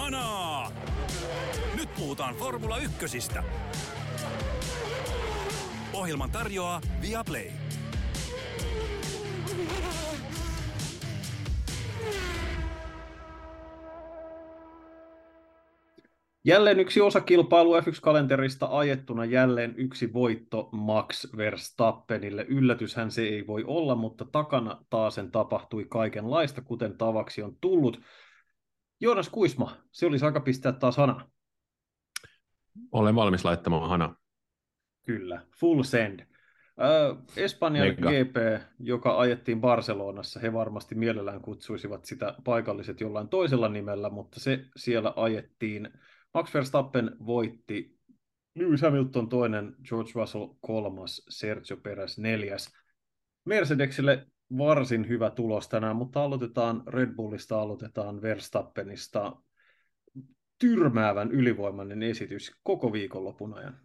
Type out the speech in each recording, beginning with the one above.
Hanaa! Nyt puhutaan Formula Ykkösistä. Ohjelman tarjoaa Viaplay. Jälleen yksi osakilpailu F1-kalenterista ajettuna, jälleen yksi voitto Max Verstappenille. Yllätyshän se ei voi olla, mutta takana taasen tapahtui kaikenlaista, kuten tavaksi on tullut. Joonas Kuisma, se olisi aika pistää taas hana. Olen valmis laittamaan hana. Kyllä, full send. Espanjan Mega. GP, joka ajettiin Barcelonassa, he varmasti mielellään kutsuisivat sitä paikalliset jollain toisella nimellä, mutta se siellä ajettiin. Max Verstappen voitti, Lewis Hamilton toinen, George Russell kolmas, Sergio Perez neljäs. Mercedesille varsin hyvä tulos tänään, mutta aloitetaan Red Bullista, aloitetaan Verstappenista. Tyrmäävän ylivoimainen esitys koko viikonlopun ajan.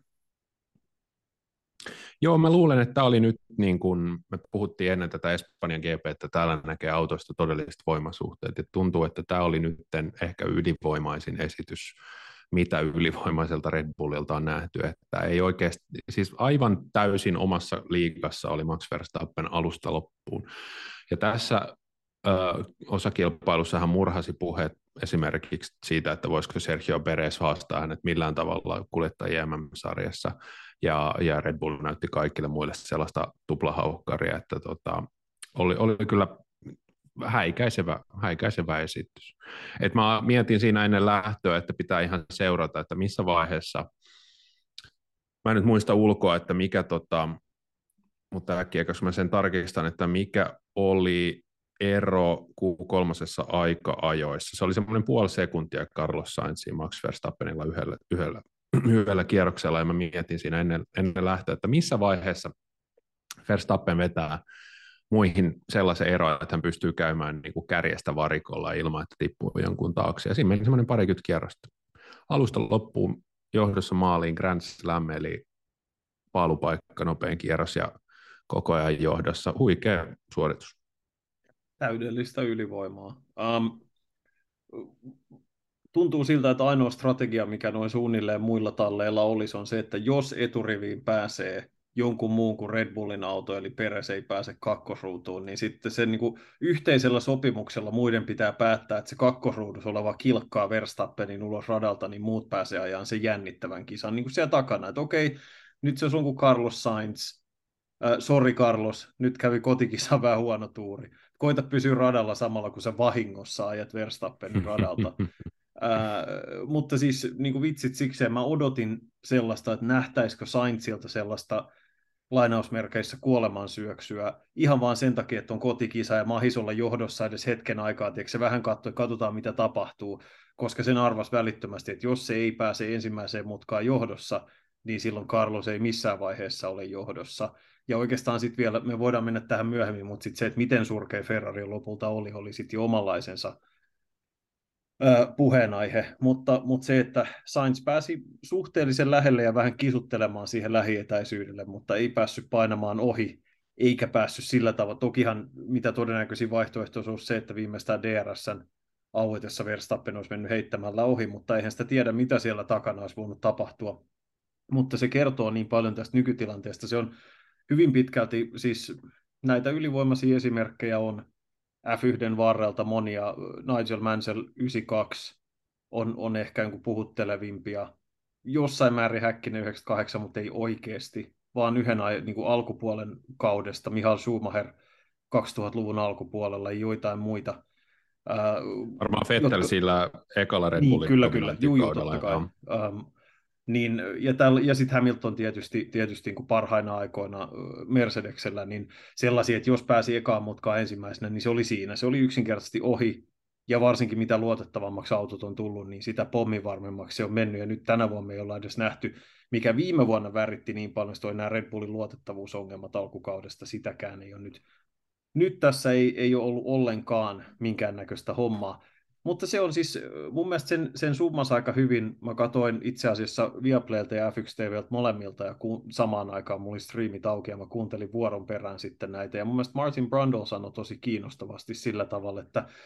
Joo, mä luulen, että tämä oli nyt, niin kuin me puhuttiin ennen tätä Espanjan GP, että täällä näkee autoista todelliset voimasuhteet, ja tuntuu, että tämä oli nyt ehkä ylivoimaisin esitys, mitä ylivoimaiselta Red Bullilta on nähty, että ei oikeasti, siis aivan täysin omassa liigassa oli Max Verstappen alusta loppuun, ja tässä osakilpailussa hän murhasi puheet esimerkiksi siitä, että voisiko Sergio Perez haastaa hänet millään tavalla kuljettajien MM-sarjassa, ja Red Bull näytti kaikille muille sellaista tuplahaukkaria, että oli kyllä häikäisevä esitys. Et mä mietin siinä ennen lähtöä, että pitää ihan seurata, että missä vaiheessa, mä en nyt muista ulkoa, että mikä, mutta äkkiä, koska mä sen tarkistan, että mikä oli ero Q3 aika-ajoissa. Se oli semmoinen puoli sekuntia Carlos Sainzin Max Verstappenilla yhdellä kierroksella, ja mä mietin siinä ennen lähtöä, että missä vaiheessa Verstappen vetää muihin sellaisen eron, että hän pystyy käymään niin kuin kärjestä varikolla ilman, että tippuu jonkun taakse. Ja siinä meni semmoinen parikymmentä kierrosta. Alusta loppuun johdossa maaliin Grand Slam, eli paalupaikka, nopein kierros ja koko ajan johdossa. Huikea suoritus. Täydellistä ylivoimaa. Tuntuu siltä, että ainoa strategia, mikä noin suunnilleen muilla talleilla olisi, on se, että jos eturiviin pääsee jonkun muun kuin Red Bullin auto, eli Perez ei pääse kakkosruutuun, niin sitten sen niin kuin yhteisellä sopimuksella muiden pitää päättää, että se kakkosruudussa oleva kilkkaa Verstappenin ulos radalta, niin muut pääsee ajan sen jännittävän kisan niin kuin siellä takana, että okei, nyt se on kuin Carlos Sainz, sori Carlos, nyt kävi kotikisan vähän huono tuuri. Koita pysyä radalla samalla, kun sä vahingossa ajat Verstappenin radalta. Mutta siis niin kuin vitsit sikseen mä odotin sellaista, että nähtäisikö Sainzilta sellaista lainausmerkeissä kuolemansyöksyä ihan vaan sen takia, että on kotikisa ja mahis olla johdossa edes hetken aikaa, tiedätkö, se vähän katsotaan mitä tapahtuu, koska sen arvasi välittömästi, että jos se ei pääse ensimmäiseen mutkaan johdossa, niin silloin Carlos ei missään vaiheessa ole johdossa. Ja oikeastaan sitten vielä, me voidaan mennä tähän myöhemmin, mutta sitten se, että miten surkea Ferrari lopulta oli sitten jo omanlaisensa puheenaihe, mutta se, että Sainz pääsi suhteellisen lähelle ja vähän kisuttelemaan siihen lähietäisyydelle, mutta ei päässyt painamaan ohi, eikä päässyt sillä tavalla. Tokihan mitä todennäköisin vaihtoehto olisi se, että viimeistään DRS:n auetessa Verstappen olisi mennyt heittämällä ohi, mutta eihän sitä tiedä, mitä siellä takana olisi voinut tapahtua. Mutta se kertoo niin paljon tästä nykytilanteesta. Se on hyvin pitkälti, siis näitä ylivoimaisia esimerkkejä on F1 varrelta monia. Nigel Mansell 92 on ehkä puhuttelevimpia. Jossain määrin Häkkinen 98, mutta ei oikeasti, vaan yhden niin kuin alkupuolen kaudesta. Michael Schumacher 2000-luvun alkupuolella ja joitain muita. Varmaan Vettel sillä ekalla Red Bullin kyllä. Juu, totta kai. Niin, ja sitten Hamilton tietysti niin kuin parhaina aikoina Mercedeksellä, niin sellaisia, että jos pääsi ekaan mutkaan ensimmäisenä, niin se oli siinä. Se oli yksinkertaisesti ohi, ja varsinkin mitä luotettavammaksi autot on tullut, niin sitä pomminvarmemmaksi se on mennyt, ja nyt tänä vuonna me ei olla edes nähty, mikä viime vuonna väritti niin paljon, että nämä Red Bullin luotettavuusongelmat alkukaudesta, sitäkään ei ole nyt. Nyt tässä ei ole ollut ollenkaan minkäännäköistä hommaa. Mutta se on siis, mun mielestä sen summasi aika hyvin. Mä katsoin itse asiassa Viaplaylta ja F1 TVltä molemmilta, ja samaan aikaan mulla oli striimit auki, ja mä kuuntelin vuoron perään sitten näitä. Ja mun mielestä Martin Brundle sanoi tosi kiinnostavasti sillä tavalla, että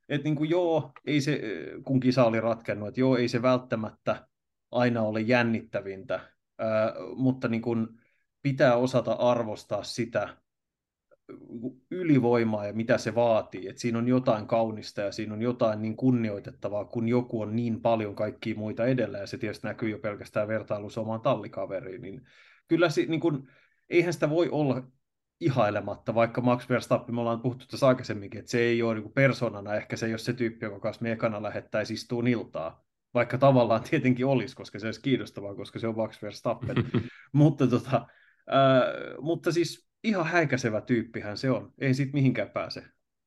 että niin kuin joo, ei se, kun kisa oli ratkennut, että joo, ei se välttämättä aina ole jännittävintä, mutta niin kuin pitää osata arvostaa sitä ylivoimaa ja mitä se vaatii, että siinä on jotain kaunista ja siinä on jotain niin kunnioitettavaa, kun joku on niin paljon kaikkia muita edellä, ja se tietysti näkyy jo pelkästään vertailussa omaan tallikaveriin, niin kyllä niin kuin, eihän sitä voi olla ihailematta, vaikka Max Verstappen, me ollaan puhuttu tässä aikaisemminkin, että se ei ole niin persoonana, ehkä se ei ole se tyyppi, joka kanssa me ekana lähettäisiin istuun iltaa, vaikka tavallaan tietenkin olisi, koska se olisi kiinnostavaa, koska se on Max Verstappen, mutta siis ihan häikäisevä tyyppihän se on, ei siitä mihinkään pääse.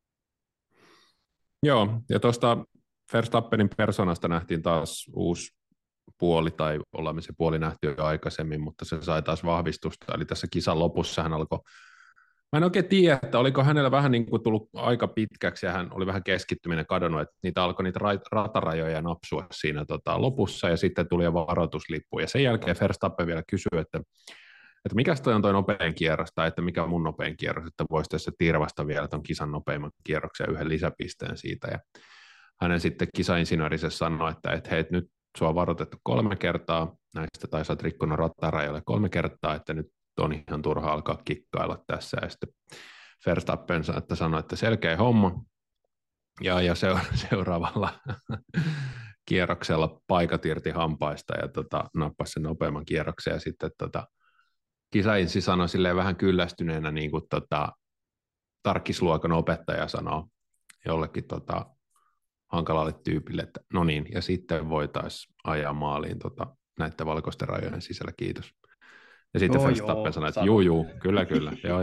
Joo, ja tuosta Verstappenin persoonasta nähtiin taas uusi puoli, tai ollaan me se puoli nähty jo aikaisemmin, mutta se sai taas vahvistusta, eli tässä kisan lopussa hän alkoi, mä en oikein tiedä, että oliko hänellä vähän niin kuin tullut aika pitkäksi, ja hän oli vähän keskittyminen kadonnut, että niitä alkoi niitä ratarajoja napsua siinä lopussa, ja sitten tuli jo varoituslippu, ja sen jälkeen Verstappen vielä kysyi, että mikä toi on toi nopein kierros, tai että mikä on mun nopein kierros, että voisi tässä tirvasta vielä ton kisan nopeimman kierroksen ja yhden lisäpisteen siitä. Ja hänen sitten kisainsinöörissä sanoi, että hei, nyt sua on varoitettu 3 kertaa, näistä tai sä oot rikkonut ratarajalle 3 kertaa, että nyt on ihan turha alkaa kikkailla tässä. Ja sitten Verstappen sanoi, että selkeä homma, ja seuraavalla kierroksella paikat irti hampaista ja nappasi sen nopeamman kierroksen, ja sitten kisainsi sanoi silleen vähän kyllästyneenä, niin kuin tarkkisluokan opettaja sanoo jollekin hankalalle tyypille, että no niin, ja sitten voitaisiin ajaa maaliin näiden valkoisten rajojen sisällä, kiitos. Ja sitten Verstappen sanoi, että juu, kyllä, joo.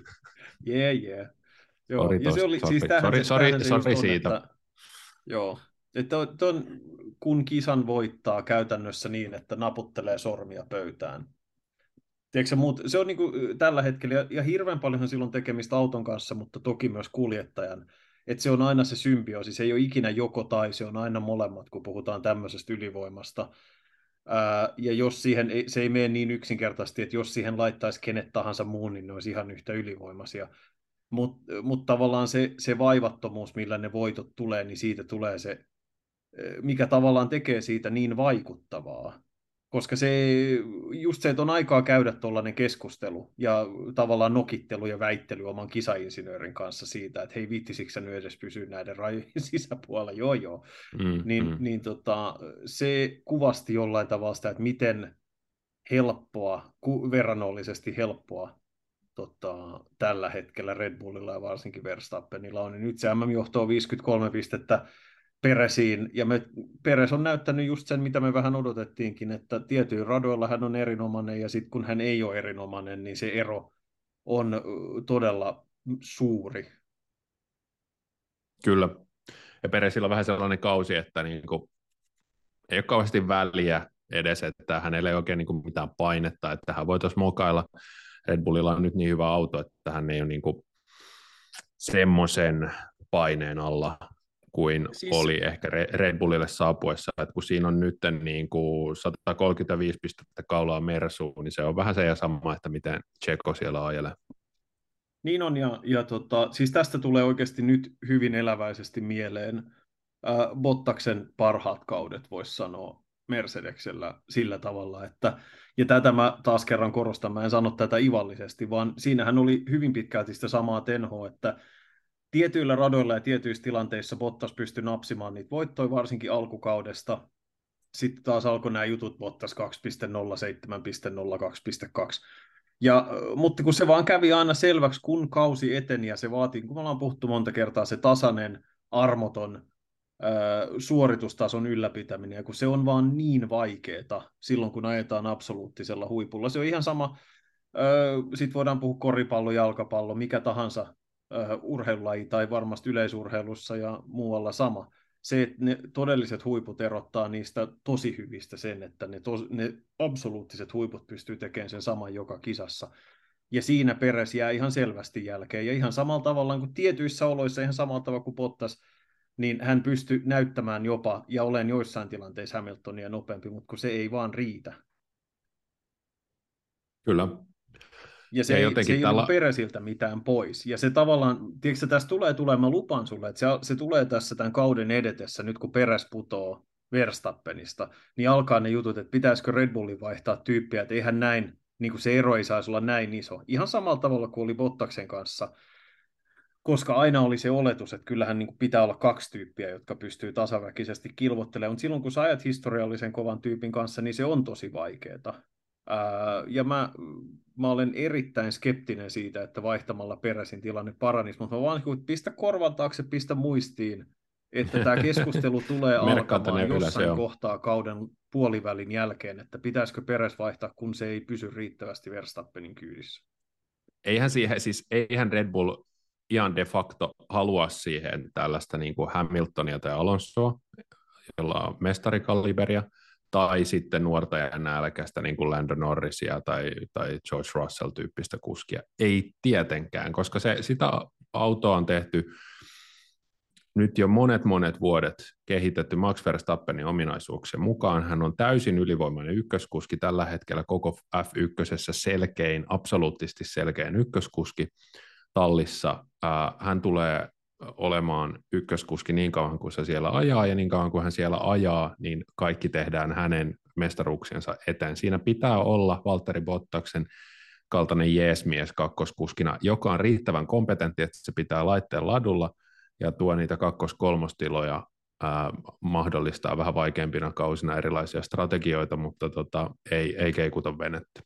Yeah. Joo, ja se oli, sorry siitä. Että, joo, että kun kisan voittaa käytännössä niin, että naputtelee sormia pöytään. Tiedätkö, se on niin kuin tällä hetkellä, ja hirveän paljonhan silloin tekemistä auton kanssa, mutta toki myös kuljettajan, että se on aina se symbioosi, se ei ole ikinä joko tai, se on aina molemmat, kun puhutaan tämmöisestä ylivoimasta. Ja jos se ei mene niin yksinkertaisesti, että jos siihen laittaisi kenet tahansa muun, niin ne olisi ihan yhtä ylivoimaisia. Mutta tavallaan se vaivattomuus, millä ne voitot tulee, niin siitä tulee se, mikä tavallaan tekee siitä niin vaikuttavaa. Koska just se, että on aikaa käydä tuollainen keskustelu ja tavallaan nokittelu ja väittely oman kisainsinöörin kanssa siitä, että hei, viittisikö sä nyt edes pysyä näiden rajojen sisäpuolella, joo. Se kuvasti jollain tavalla sitä, että miten helppoa, verrannollisesti helppoa tällä hetkellä Red Bullilla ja varsinkin Verstappenilla on. Niin nyt se MM-johto on 53 pistettä Peresiin, ja Peres on näyttänyt just sen, mitä me vähän odotettiinkin, että tietyillä radoilla hän on erinomainen, ja sitten kun hän ei ole erinomainen, niin se ero on todella suuri. Kyllä, ja Peresillä on vähän sellainen kausi, että niinku, ei ole kauheasti väliä edes, että hänellä ei oikein niinku mitään painetta, että hän voitaisiin mokailla. Red Bullilla on nyt niin hyvä auto, että hän ei ole niinku semmoisen paineen alla kuin oli ehkä Red Bullille saapuessa, että kun siinä on nyt niin kuin 135 pistettä kaulaa Mersuun, niin se on vähän se ja sama, että miten Checo siellä ajelee. Niin on, ja siis tästä tulee oikeasti nyt hyvin eläväisesti mieleen Bottaksen parhaat kaudet, voisi sanoa Mercedeksellä sillä tavalla, että, ja tätä mä taas kerran korostan, mä en sano tätä ivallisesti, vaan siinähän oli hyvin pitkälti sitä samaa tenhoa, että tietyillä radoilla ja tietyissä tilanteissa Bottas pystyi napsimaan niitä voittoja, varsinkin alkukaudesta. Sitten taas alkoi nämä jutut Bottas 2.07.02.2. Mutta kun se vaan kävi aina selväksi, kun kausi eteni, ja se vaatii, kun me ollaan puhuttu monta kertaa, se tasainen, armoton suoritustason ylläpitäminen, ja kun se on vaan niin vaikeaa silloin, kun ajetaan absoluuttisella huipulla. Se on ihan sama, sitten voidaan puhua koripallo, jalkapallo, mikä tahansa urheilulaji tai varmasti yleisurheilussa ja muualla sama. Se, että ne todelliset huiput erottaa niistä tosi hyvistä sen, että ne absoluuttiset huiput pystyy tekemään sen saman joka kisassa. Ja siinä Peres jää ihan selvästi jälkeen. Ja ihan samalla tavalla kuin tietyissä oloissa, ihan samalla tavalla kuin Bottas, niin hän pystyy näyttämään jopa, ja olen joissain tilanteissa Hamiltonia nopeampi, mutta kun se ei vaan riitä. Kyllä. Ja Ja se jotenkin ei ollut Peresiltä mitään pois. Ja se tavallaan, tiedätkö, tässä tulee, mä lupaan sulle, että se tulee tässä tämän kauden edetessä, nyt kun Peres putoo Verstappenista, niin alkaa ne jutut, että pitäisikö Red Bullin vaihtaa tyyppiä, että eihän näin, niin kuin se ero ei saisi olla näin iso. Ihan samalla tavalla kuin oli Bottaksen kanssa, koska aina oli se oletus, että kyllähän niin kuin pitää olla kaksi tyyppiä, jotka pystyy tasaväkisesti kilvoittelemaan, mutta silloin kun sä ajat historiallisen kovan tyypin kanssa, niin se on tosi vaikeaa. Ja mä olen erittäin skeptinen siitä, että vaihtamalla Peresin tilanne paranisi, mutta mä vaan pistä korvan taakse, pistä muistiin, että tämä keskustelu tulee alkamaan jossain kohtaa kauden puolivälin jälkeen, että pitäisikö Peres vaihtaa, kun se ei pysy riittävästi Verstappenin kyydissä. Eihän Red Bull ihan de facto halua siihen tällaista niin kuin Hamiltonia tai Alonsoa, jolla on mestarikaliberia, tai sitten nuorta ja nälkäistä niin kuin Lando Norrisia tai George Russell-tyyppistä kuskia. Ei tietenkään, koska sitä autoa on tehty nyt jo monet vuodet kehitetty Max Verstappenin ominaisuuksien mukaan. Hän on täysin ylivoimainen ykköskuski tällä hetkellä koko F1 absoluuttisesti selkein ykköskuski tallissa. Hän tulee olemaan ykköskuski niin kauan kuin se siellä ajaa, ja niin kauan kuin hän siellä ajaa, niin kaikki tehdään hänen mestaruuksiensa eteen. Siinä pitää olla Valtteri Bottaksen kaltainen jeesmies kakkoskuskina, joka on riittävän kompetentti, että se pitää laitteen ladulla ja tuo niitä kakkos-kolmostiloja, mahdollistaa vähän vaikeampina kausina erilaisia strategioita, mutta ei keikuta venettä.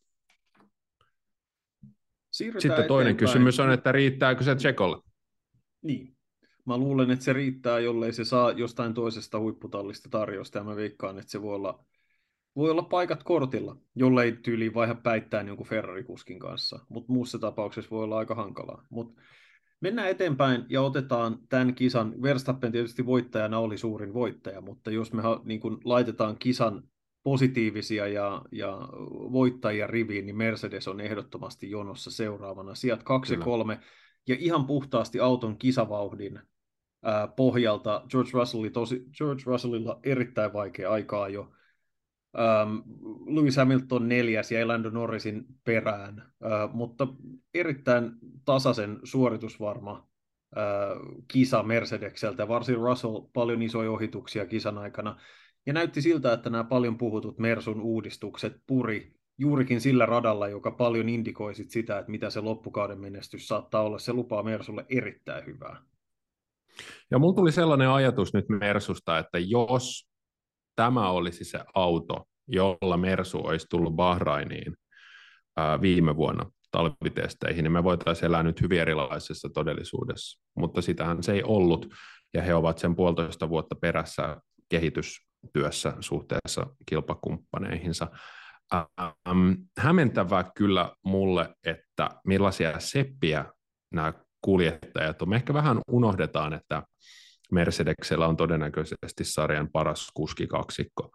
Sitten toinen kysymys on, että riittääkö se Tsekolle? Niin. Mä luulen, että se riittää, jollei se saa jostain toisesta huipputallista tarjousta, ja mä veikkaan, että se voi olla paikat kortilla, jollei tyyliin vaiha päittäin jonkun Ferrari-kuskin kanssa, mutta muussa tapauksessa voi olla aika hankalaa. Mut mennään eteenpäin ja otetaan tämän kisan. Verstappen tietysti voittajana oli suurin voittaja, mutta jos me niin kun laitetaan kisan positiivisia ja voittajia riviin, niin Mercedes on ehdottomasti jonossa seuraavana. Sijat 2 ja 3, ja ihan puhtaasti auton kisavauhdin pohjalta George Russellilla erittäin vaikea aikaa jo. Lewis Hamilton 4. ja Lando Norrisin perään, mutta erittäin tasaisen suoritusvarma kisa Mercedekseltä, varsin Russell paljon isoja ohituksia kisan aikana, ja näytti siltä, että nämä paljon puhutut Mersun uudistukset puri juurikin sillä radalla, joka paljon indikoi sitä, että mitä se loppukauden menestys saattaa olla. Se lupaa Mersulle erittäin hyvää. Ja mulla tuli sellainen ajatus nyt Mersusta, että jos tämä olisi se auto, jolla Mersu olisi tullut Bahrainiin viime vuonna talvitesteihin, niin me voitaisiin elää nyt hyvin erilaisessa todellisuudessa. Mutta sitähän se ei ollut, ja he ovat sen 1,5 vuotta perässä kehitystyössä suhteessa kilpakumppaneihinsa. Hämmentävää kyllä mulle, että millaisia seppiä nämä kuljettajat on. Me ehkä vähän unohdetaan, että Mercedeksellä on todennäköisesti sarjan paras kuskikaksikko.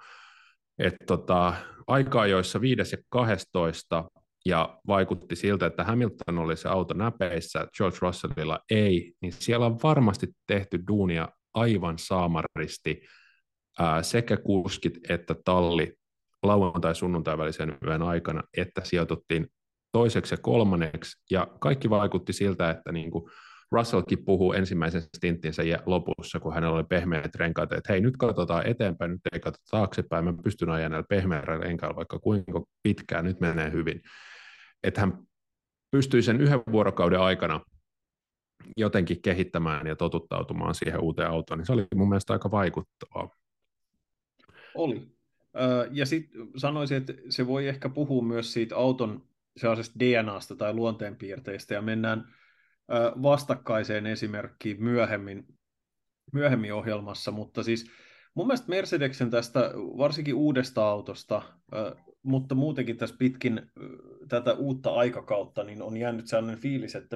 Aikaa, joissa 5 ja 12, ja vaikutti siltä, että Hamilton oli se auto näpeissä, George Russellilla ei, niin siellä on varmasti tehty duunia aivan saamaristi sekä kuskit että talli lauantai-sunnuntai välisen yön aikana, että sijoituttiin 2. ja 3. ja kaikki vaikutti siltä, että niin kuin Russellkin puhuu ensimmäisen stinttinsä lopussa, kun hänellä oli pehmeät renkaat, että hei, nyt katsotaan eteenpäin, nyt ei katsota taaksepäin, mä pystyn ajamaan näillä pehmeillä renkailla vaikka kuinka pitkään, nyt menee hyvin. Että hän pystyi sen 1 vuorokauden aikana jotenkin kehittämään ja totuttautumaan siihen uuteen autoon, niin se oli mun mielestä aika vaikuttavaa. Oli. Ja sitten sanoisin, että se voi ehkä puhua myös siitä auton sellaisesta DNAsta tai luonteenpiirteistä, ja mennään vastakkaiseen esimerkkiin myöhemmin ohjelmassa, mutta siis mun mielestä Mercedeksen tästä varsinkin uudesta autosta, mutta muutenkin tässä pitkin tätä uutta aikakautta, niin on jäänyt sellainen fiilis, että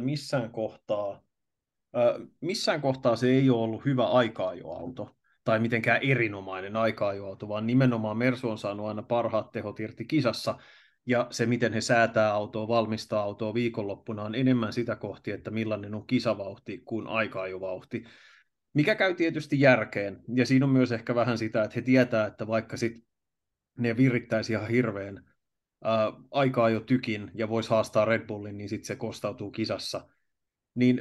missään kohtaa se ei ole ollut hyvä aika-ajoauto tai mitenkään erinomainen aika-ajoauto, vaan nimenomaan Mersu on saanut aina parhaat tehot irti kisassa, ja se, miten he säätää autoa, valmistaa autoa viikonloppuna, on enemmän sitä kohti, että millainen on kisavauhti kuin aika-ajovauhti, mikä käy tietysti järkeen. Ja siinä on myös ehkä vähän sitä, että he tietää, että vaikka sit ne virittäisi ihan hirveän aikaa jo tykin ja voisi haastaa Red Bullin, niin sitten se kostautuu kisassa. Niin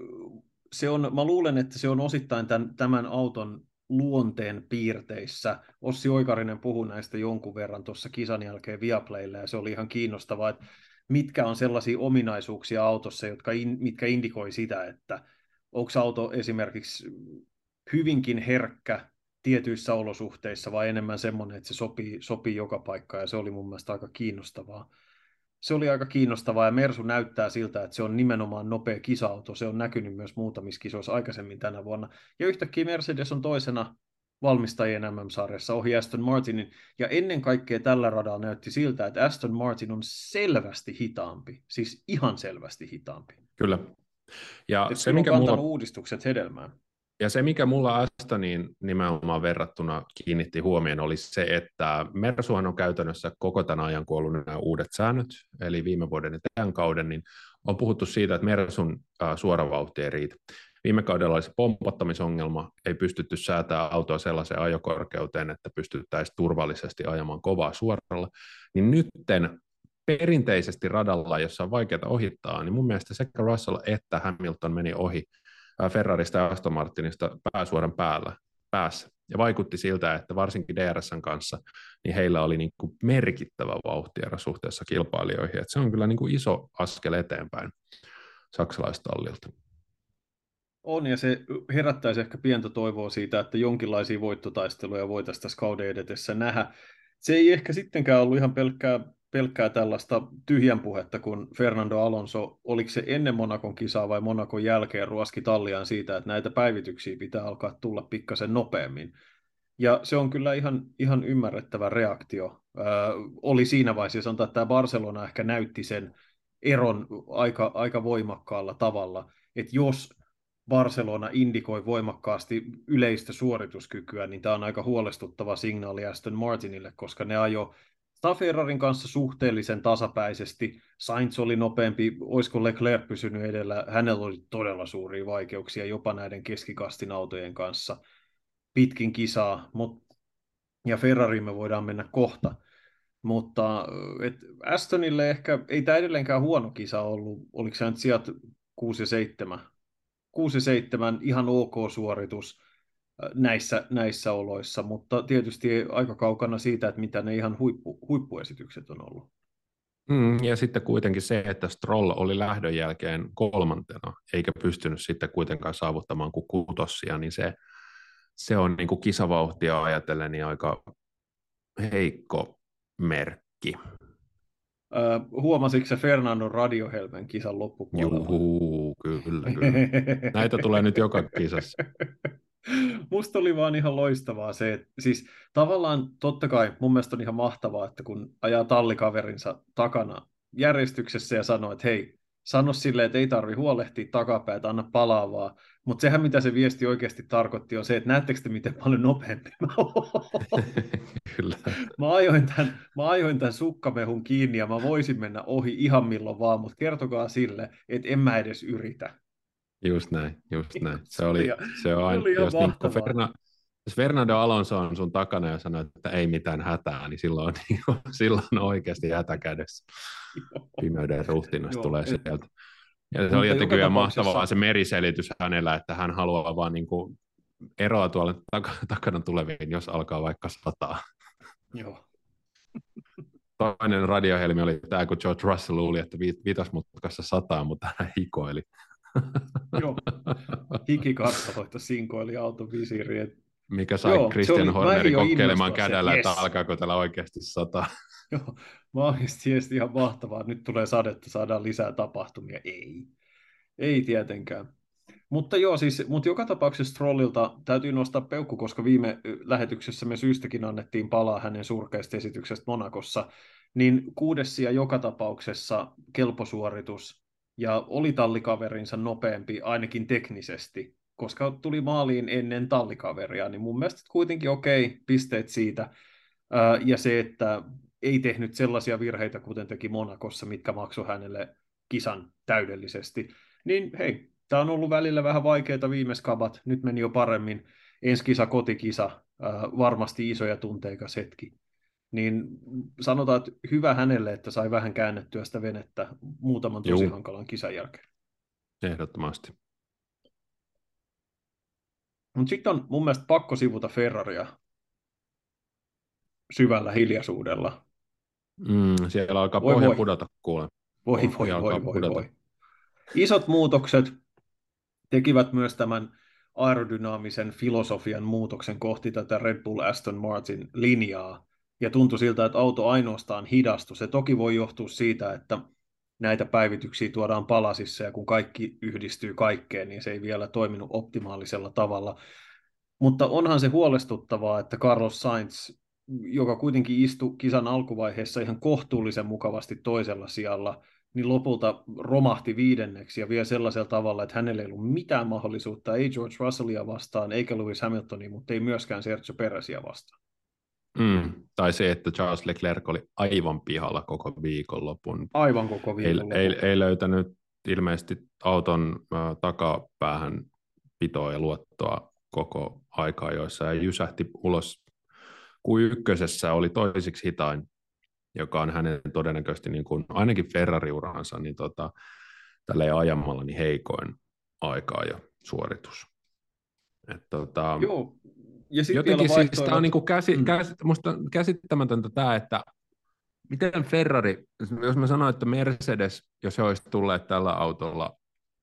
mä luulen, että se on osittain tämän auton luonteen piirteissä. Ossi Oikarinen puhui näistä jonkun verran tuossa kisan jälkeen Viaplaylla, ja se oli ihan kiinnostavaa, että mitkä on sellaisia ominaisuuksia autossa, mitkä indikoi sitä, että onko auto esimerkiksi hyvinkin herkkä tietyissä olosuhteissa vai enemmän semmoinen, että se sopii joka paikkaan, ja se oli mun mielestä aika kiinnostavaa. Se oli aika kiinnostavaa, ja Mersu näyttää siltä, että se on nimenomaan nopea kisa-auto. Se on näkynyt myös muutamissa kisoissa aikaisemmin tänä vuonna. Ja yhtäkkiä Mercedes on toisena valmistajien MM-sarjassa ohi Aston Martinin. Ja ennen kaikkea tällä radalla näytti siltä, että Aston Martin on selvästi hitaampi. Siis ihan selvästi hitaampi. Kyllä. Ja se, mikä mulla uudistukset hedelmään. Ja se, mikä mulla Astoniin nimenomaan verrattuna kiinnitti huomioon, oli se, että Mersuhan on käytännössä koko tämän ajan, kun on ollut nämä uudet säännöt, eli viime vuoden ja tämän kauden, niin on puhuttu siitä, että Mersun suoravauhti ei riitä. Viime kaudella oli se pompottamisongelma, ei pystytty säätämään autoa sellaiseen ajokorkeuteen, että pystyttäisiin turvallisesti ajamaan kovaa suoralla, niin nytten perinteisesti radalla, jossa on vaikeaa ohittaa, niin mun mielestä sekä Russell että Hamilton meni ohi Ferrarista ja Aston Martinista pääsuoran päässä. Ja vaikutti siltä, että varsinkin DRSn kanssa niin heillä oli niin kuin merkittävä vauhtiero suhteessa kilpailijoihin. Että se on kyllä niin kuin iso askel eteenpäin saksalaistallilta. On, ja se herättäisi ehkä pientä toivoa siitä, että jonkinlaisia voittotaisteluja voitaisiin tässä kauden edetessä nähdä. Se ei ehkä sittenkään ollut ihan pelkkää tällaista tyhjän puhetta, kun Fernando Alonso, oliko se ennen Monacon kisaa vai Monacon jälkeen, ruoski talliaan siitä, että näitä päivityksiä pitää alkaa tulla pikkasen nopeammin. Ja se on kyllä ihan ymmärrettävä reaktio. Oli siinä vaiheessa, sanotaan, että tämä Barcelona ehkä näytti sen eron aika voimakkaalla tavalla, että jos Barcelona indikoi voimakkaasti yleistä suorituskykyä, niin tämä on aika huolestuttava signaali Aston Martinille, koska ne ajoi Ferrarin kanssa suhteellisen tasapäisesti. Sainz oli nopeampi, olisiko Leclerc pysynyt edellä, hänellä oli todella suuria vaikeuksia jopa näiden keskikastin autojen kanssa pitkin kisaa, ja Ferrariin me voidaan mennä kohta. Mutta Astonille ehkä, ei tämä edelleenkään huono kisa ollut, oliko se nyt sijat 6 ja 7? 6 ja 7, ihan ok suoritus näissä oloissa, mutta tietysti aika kaukana siitä, että mitä ne ihan huippuesitykset on ollut. Ja sitten kuitenkin se, että Stroll oli lähdön jälkeen 3. eikä pystynyt sitten kuitenkaan saavuttamaan kuin 6, niin se on niin kuin kisavauhtia ajatellen niin aika heikko merkki. Huomasitko se Fernando Radiohelmen kisan loppupuolella? Juu, kyllä. Näitä tulee nyt joka kisassa. Musta oli vaan ihan loistavaa se, että siis tavallaan totta kai mun mielestä on ihan mahtavaa, että kun ajaa tallikaverinsa takana järjestyksessä ja sanoo, että hei, sano silleen, että ei tarvi huolehtia takapäät, anna palaa vaan. Mutta sehän mitä se viesti oikeasti tarkoitti on se, että näettekö te miten paljon nopeampi mä oon? Kyllä. Mä ajoin tämän sukkamehun kiinni ja mä voisin mennä ohi ihan milloin vaan, mutta kertokaa sille, että en mä edes yritä. Just näin. Se on aina, jos Fernando Alonso on sun takana ja sanoo, että ei mitään hätää, niin silloin on oikeasti hätä kädessä. Pimeyden ruhtinas tulee sieltä. Ja se oli jotenkin vielä mahtavaa se meriselitys hänellä, että hän haluaa vaan niin kuin eroa tuolle takana tuleviin, jos alkaa vaikka sataa. Joo. Toinen radiohelmi oli tämä, kun George Russell luuli, että vitasmutkassa sataa, mutta hän hikoili. Joo, hikikartaloita sinkoili auton visiiriin. Mikä sai Christian Hornerin kokeilemaan kädellä, että alkaako täällä oikeasti sataa. Joo, mä oikeasti ihan mahtavaa. Nyt tulee sadetta, saadaan lisää tapahtumia. Ei tietenkään. Mutta joo, mutta joka tapauksessa Strollilta täytyy nostaa peukku, koska viime lähetyksessä me syystäkin annettiin palaa hänen surkeasta esityksestä Monacossa, niin 6. joka tapauksessa kelposuoritus, ja oli tallikaverinsa nopeampi ainakin teknisesti, koska tuli maaliin ennen tallikaveria, niin mun mielestä kuitenkin okei, pisteet siitä, ja se, että ei tehnyt sellaisia virheitä, kuten teki Monacossa, mitkä maksoi hänelle kisan täydellisesti, niin hei, tämä on ollut välillä vähän vaikeaa viime skabat, nyt meni jo paremmin, ensi kisa, kotikisa, varmasti iso ja tunteikas hetki. niin sanotaan, että hyvä hänelle, että sai vähän käännettyä sitä venettä muutaman tosi hankalan kisan jälkeen. Ehdottomasti. Mutta sitten on mun mielestä pakko sivuta Ferraria syvällä hiljaisuudella. Siellä alkaa pohja pudota, kuule. Voi. Isot muutokset tekivät myös tämän aerodynaamisen filosofian muutoksen kohti tätä Red Bull Aston Martin linjaa, ja tuntui siltä, että auto ainoastaan hidastui. Se toki voi johtua siitä, että näitä päivityksiä tuodaan palasissa, ja kun kaikki yhdistyy kaikkeen, niin se ei vielä toiminut optimaalisella tavalla. Mutta onhan se huolestuttavaa, että Carlos Sainz, joka kuitenkin istui kisan alkuvaiheessa ihan kohtuullisen mukavasti toisella sijalla, niin lopulta romahti viidenneksi ja vielä sellaisella tavalla, että hänellä ei ollut mitään mahdollisuutta, ei George Russellia vastaan, eikä Lewis Hamiltonia, mutta ei myöskään Sergio Perezia vastaan. Tai se, että Charles Leclerc oli aivan pihalla koko viikonlopun. Aivan koko viikonlopun. Ei löytänyt ilmeisesti auton takapäähän pitoa ja luottoa koko aikaa, joissa ja jysähti ulos Q1 oli toisiksi hitain, joka on hänen todennäköisesti niin kuin, ainakin Ferrari-uransa niin tälleen ajamalla niin heikoin aikaa ja suoritus. Joo. Ja jotenkin siis tämä on niin kuin musta käsittämätöntä tämä, että miten Ferrari, jos mä sanoin, että Mercedes, jos he olisi tulleet tällä autolla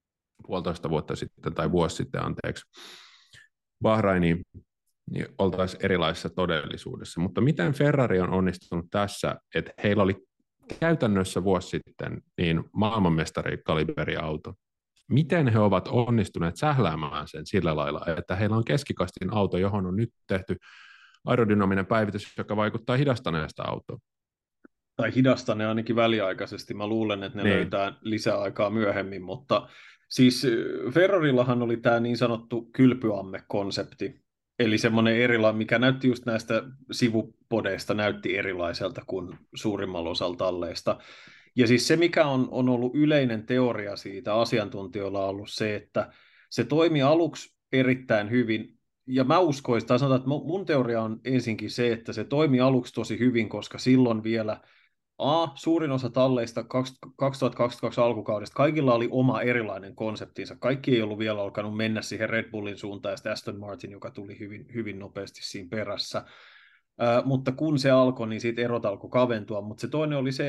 1,5 vuotta sitten tai vuosi sitten, anteeksi, Bahrainiin, niin oltaisiin erilaisessa todellisuudessa. Mutta miten Ferrari on onnistunut tässä, että heillä oli käytännössä vuosi sitten niin maailmanmestarikaliberiauto. Miten he ovat onnistuneet sähläämään sen sillä lailla, että heillä on keskikastin auto, johon on nyt tehty aerodynaaminen päivitys, joka vaikuttaa hidastaneesta autoa? Tai hidastane ainakin väliaikaisesti. Mä luulen, että ne löytää lisäaikaa myöhemmin, mutta siis Ferrarillahan oli tämä niin sanottu kylpyamme-konsepti, eli semmoinen erilainen, mikä näytti just näistä sivupodeista, näytti erilaiselta kuin suurimmalla osalla talleista. Ja siis se, mikä on ollut yleinen teoria siitä, asiantuntijoilla on ollut se, että se toimi aluksi erittäin hyvin, ja mä uskoisin, tai sanotaan, että mun teoria on ensinkin se, että se toimi aluksi tosi hyvin, koska silloin vielä suurin osa talleista 2022 alkukaudesta, kaikilla oli oma erilainen konseptinsa. Kaikki ei ollut vielä alkanut mennä siihen Red Bullin suuntaan, ja sitten Aston Martin, joka tuli hyvin, hyvin nopeasti siinä perässä. Mutta kun se alkoi, niin siitä erot alkoi kaventua. Mutta se toinen oli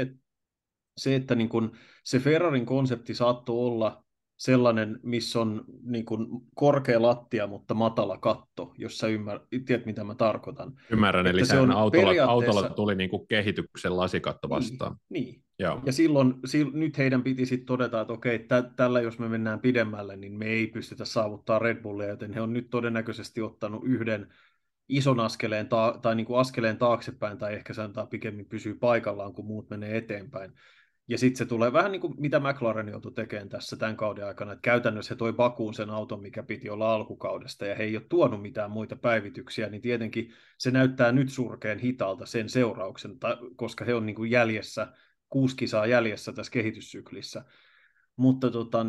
se että niin kun se Ferrarin konsepti saattoi olla sellainen, missä on niin kun korkea lattia, mutta matala katto, jos sä tiedät, mitä mä tarkoitan. Ymmärrän, eli se autolla tuli niin kuin kehityksen lasikatto vastaan. Niin. Ja silloin nyt heidän piti sitten todeta, että okei, tällä jos me mennään pidemmälle, niin me ei pystytä saavuttaa Red Bullia, joten he on nyt todennäköisesti ottanut yhden ison askeleen tai niin kuin askeleen taaksepäin, tai ehkä se antaa pikemmin pysyä paikallaan, kun muut menee eteenpäin. Ja sitten se tulee vähän niin kuin mitä McLaren joutui tekemään tässä tämän kauden aikana, että käytännössä he toi Bakuun sen auton, mikä piti olla alkukaudesta, ja he ei ole tuonut mitään muita päivityksiä, niin tietenkin se näyttää nyt surkean hitaalta sen seurauksen, koska he on niin kuin jäljessä, 6 kisaa jäljessä tässä kehityssyklissä. Mutta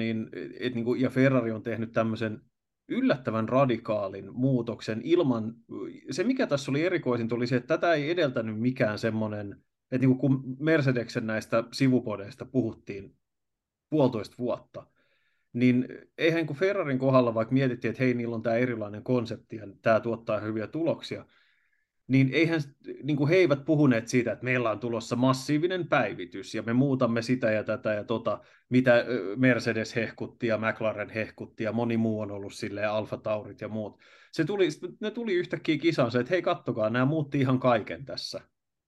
ja Ferrari on tehnyt tämmöisen yllättävän radikaalin muutoksen ilman, se mikä tässä oli erikoisinta oli se, että tätä ei edeltänyt mikään semmoinen, että niin kun Mercedeksen näistä sivupodeista puhuttiin 1,5 vuotta, niin eihän kun Ferrarin kohdalla vaikka mietittiin, että hei, niillä on tämä erilainen konsepti ja tämä tuottaa hyviä tuloksia, niin eihän niin kuin he eivät puhuneet siitä, että meillä on tulossa massiivinen päivitys ja me muutamme sitä ja tätä ja mitä Mercedes hehkutti ja McLaren hehkutti ja moni muu on ollut silleen, Alfa Taurit ja muut. Ne tuli yhtäkkiä kisansa, että hei kattokaa, nämä muutti ihan kaiken tässä.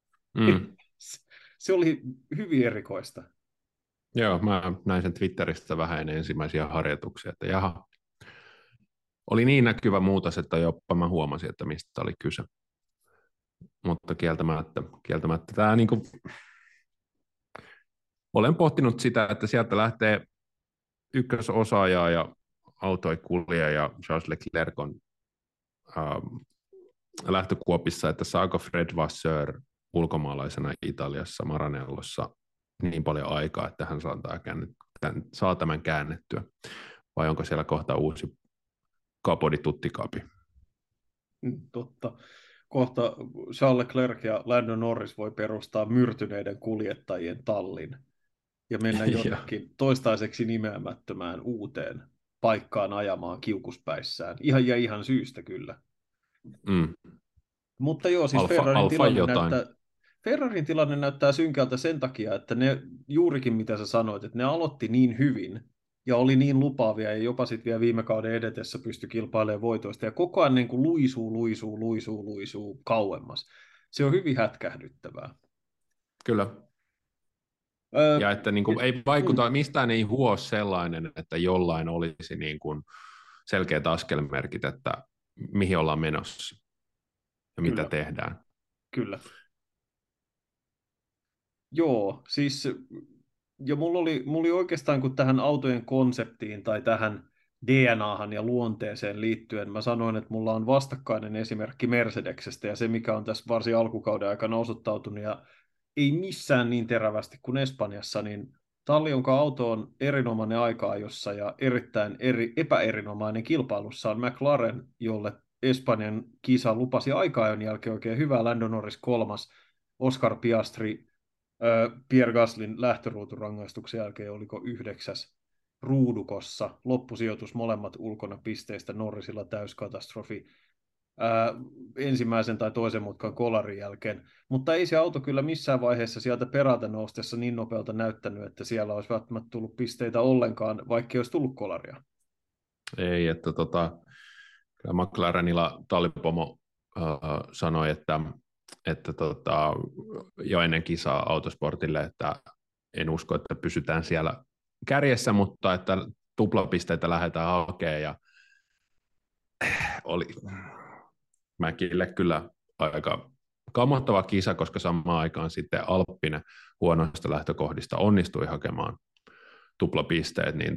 Se oli hyvin erikoista. Joo, mä näin sen Twitteristä vähän ensimmäisiä harjoituksia, että jaha, oli niin näkyvä muutos, että jopa mä huomasin, että mistä oli kyse. Mutta kieltämättä tämä niin kuin, olen pohtinut sitä, että sieltä lähtee ykkösosaajaa ja autoikulija ja Charles Leclerc on lähtökuopissa, että saako Fred Vasseur ulkomaalaisena Italiassa Maranellossa niin paljon aikaa, että hän saa tämän käännettyä, vai onko siellä kohta uusi Capo di Tutti Capi? Totta. kohta Charles Leclerc ja Lando Norris voi perustaa myrtyneiden kuljettajien tallin ja mennä jonnekin toistaiseksi nimeämättömään uuteen paikkaan ajamaan kiukuspäissään. Ihan syystä kyllä. Mutta joo, siis Ferrarin tilanne näyttää synkältä sen takia, että ne juurikin mitä sä sanoit, että ne aloitti niin hyvin ja oli niin lupaavia ja jopa sitten vielä viime kauden edetessä pystyi kilpailemaan voitoista ja koko ajan niin kuin luisuu kauemmas. Se on hyvin hätkähdyttävää. Kyllä. Ja että niin kuin ei vaikuta, mistään ei huo sellainen, että jollain olisi niin kuin selkeät askelmerkit, että mihin ollaan menossa ja mitä tehdään. Kyllä. Joo, siis ja mulla oli oikeastaan kun tähän autojen konseptiin tai tähän DNAhan ja luonteeseen liittyen, mä sanoin, että mulla on vastakkainen esimerkki Mercedeksestä ja se, mikä on tässä varsin alkukauden aikana osoittautunut ja ei missään niin terävästi kuin Espanjassa, niin talli, jonka auto on erinomainen aika-ajossa ja erittäin epäerinomainen kilpailussa on McLaren, jolle Espanjan kisa lupasi aika-ajon jälkeen oikein hyvää. Lando Norris 3, Oscar Piastri Pierre Gaslyn lähtöruuturangaistuksen jälkeen oliko 9. ruudukossa. Loppusijoitus molemmat ulkona pisteistä, Norrisilla täyskatastrofi ensimmäisen tai toisen mutkan kolarin jälkeen. Mutta ei se auto kyllä missään vaiheessa sieltä perältä noustessa niin nopealta näyttänyt, että siellä olisi välttämättä tullut pisteitä ollenkaan, vaikka ei olisi tullut kolaria. Ei, että McLarenilla tallipomo sanoi, että jo ennen kisaa autosportille, että en usko, että pysytään siellä kärjessä, mutta että tuplapisteitä lähdetään hakemaan ja oli Mäkille kyllä aika kammottava kisa, koska samaan aikaan sitten Alppinen huonoista lähtökohdista onnistui hakemaan tuplapisteet, niin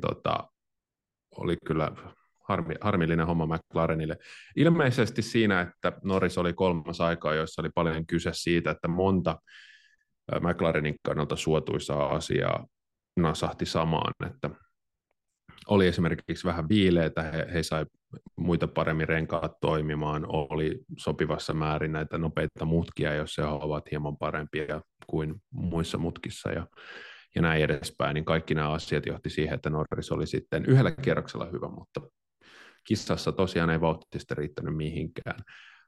oli kyllä harmillinen homma McLarenille. Ilmeisesti siinä, että Norris oli 3. aikaa, joissa oli paljon kyse siitä, että monta McLarenin kannalta suotuisaa asiaa nasahti samaan, että oli esimerkiksi vähän viileitä, he sai muita paremmin renkaat toimimaan, oli sopivassa määrin näitä nopeita mutkia, jos he ovat hieman parempia kuin muissa mutkissa ja näin edespäin, niin kaikki nämä asiat johti siihen, että Norris oli sitten yhdellä kierroksella hyvä, mutta kisassa tosiaan ei vauhti sitten riittänyt mihinkään.